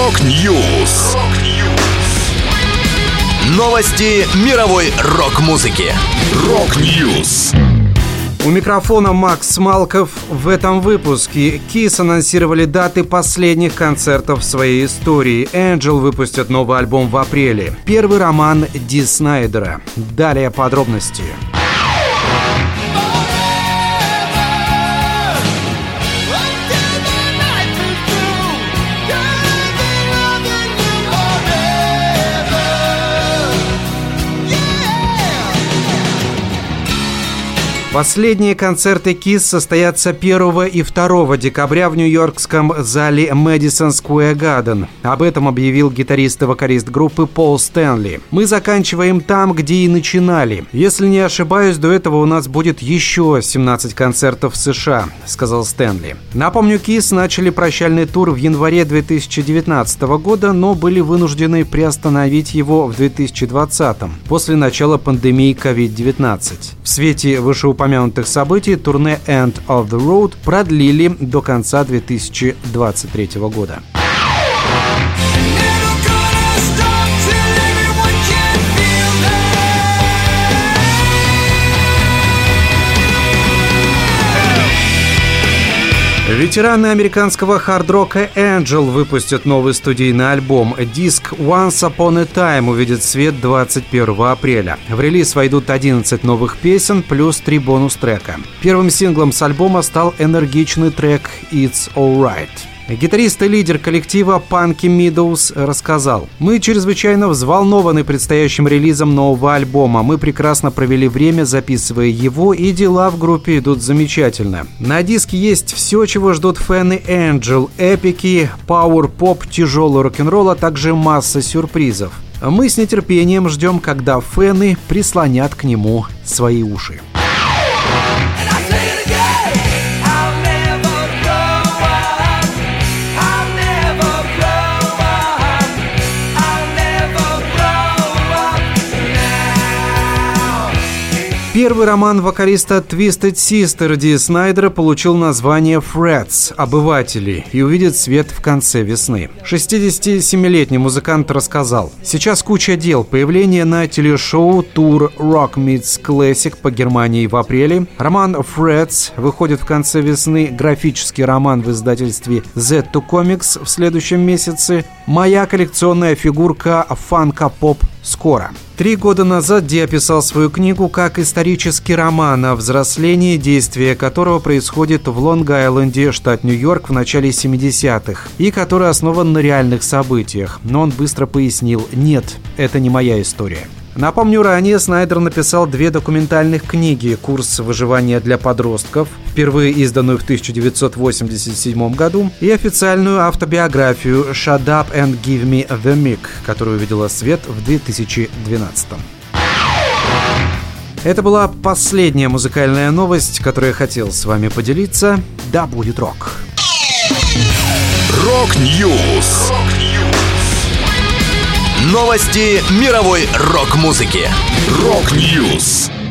Рок-Ньюс. Новости мировой рок-музыки. Рок-Ньюс. У микрофона Макс Малков. В этом выпуске Kiss анонсировали даты последних концертов в своей истории. Angel выпустят новый альбом в апреле. Первый роман Ди Снайдера. Далее подробности. Последние концерты Kiss состоятся 1 и 2 декабря в нью-йоркском зале Madison Square Garden. Об этом объявил гитарист и вокалист группы Пол Стэнли. «Мы заканчиваем там, где и начинали. Если не ошибаюсь, до этого у нас будет еще 17 концертов в США», — сказал Стэнли. Напомню, Kiss начали прощальный тур в январе 2019 года, но были вынуждены приостановить его в 2020 после начала пандемии COVID-19. В свете вышеупомянутых событий турне End of the Road продлили до конца 2023 года. Ветераны американского хард-рока Angel выпустят новый студийный альбом. Диск Once Upon a Time увидит свет 21 апреля. В релиз войдут 11 новых песен плюс 3 бонус-трека. Первым синглом с альбома стал энергичный трек It's Alright. Гитарист и лидер коллектива Панки Мидоуз рассказал: «Мы чрезвычайно взволнованы предстоящим релизом нового альбома. Мы прекрасно провели время, записывая его, и дела в группе идут замечательно. На диске есть все, чего ждут фэны Angel: эпики, пауэр-поп, тяжелый рок-н-ролл, а также масса сюрпризов. Мы с нетерпением ждем, когда фэны прислонят к нему свои уши». Первый роман вокалиста Twisted Sister Ди Снайдера получил название «Frets» — «Обыватели» и увидит свет в конце весны. 67-летний музыкант рассказал: «Сейчас куча дел. Появление на телешоу, тур Rock Meets Classic по Германии в апреле. Роман «Frets» выходит в конце весны, графический роман в издательстве Z2 Comics в следующем месяце. Моя коллекционная фигурка «Фанка-поп» скоро». 3 года назад Ди описал свою книгу как исторический роман о взрослении, действие которого происходит в Лонг-Айленде, штат Нью-Йорк, в начале 70-х, и который основан на реальных событиях. Но он быстро пояснил: «Нет, это не моя история». Напомню, ранее Снайдер написал 2 документальных книги: «Курс выживания для подростков», впервые изданную в 1987 году, и официальную автобиографию «Shut Up and Give Me the Mic», которая увидела свет в 2012. Это была последняя музыкальная новость, которую я хотел с вами поделиться. Да будет рок! Рок-Ньюс. Новости мировой рок-музыки. Рок-Ньюс.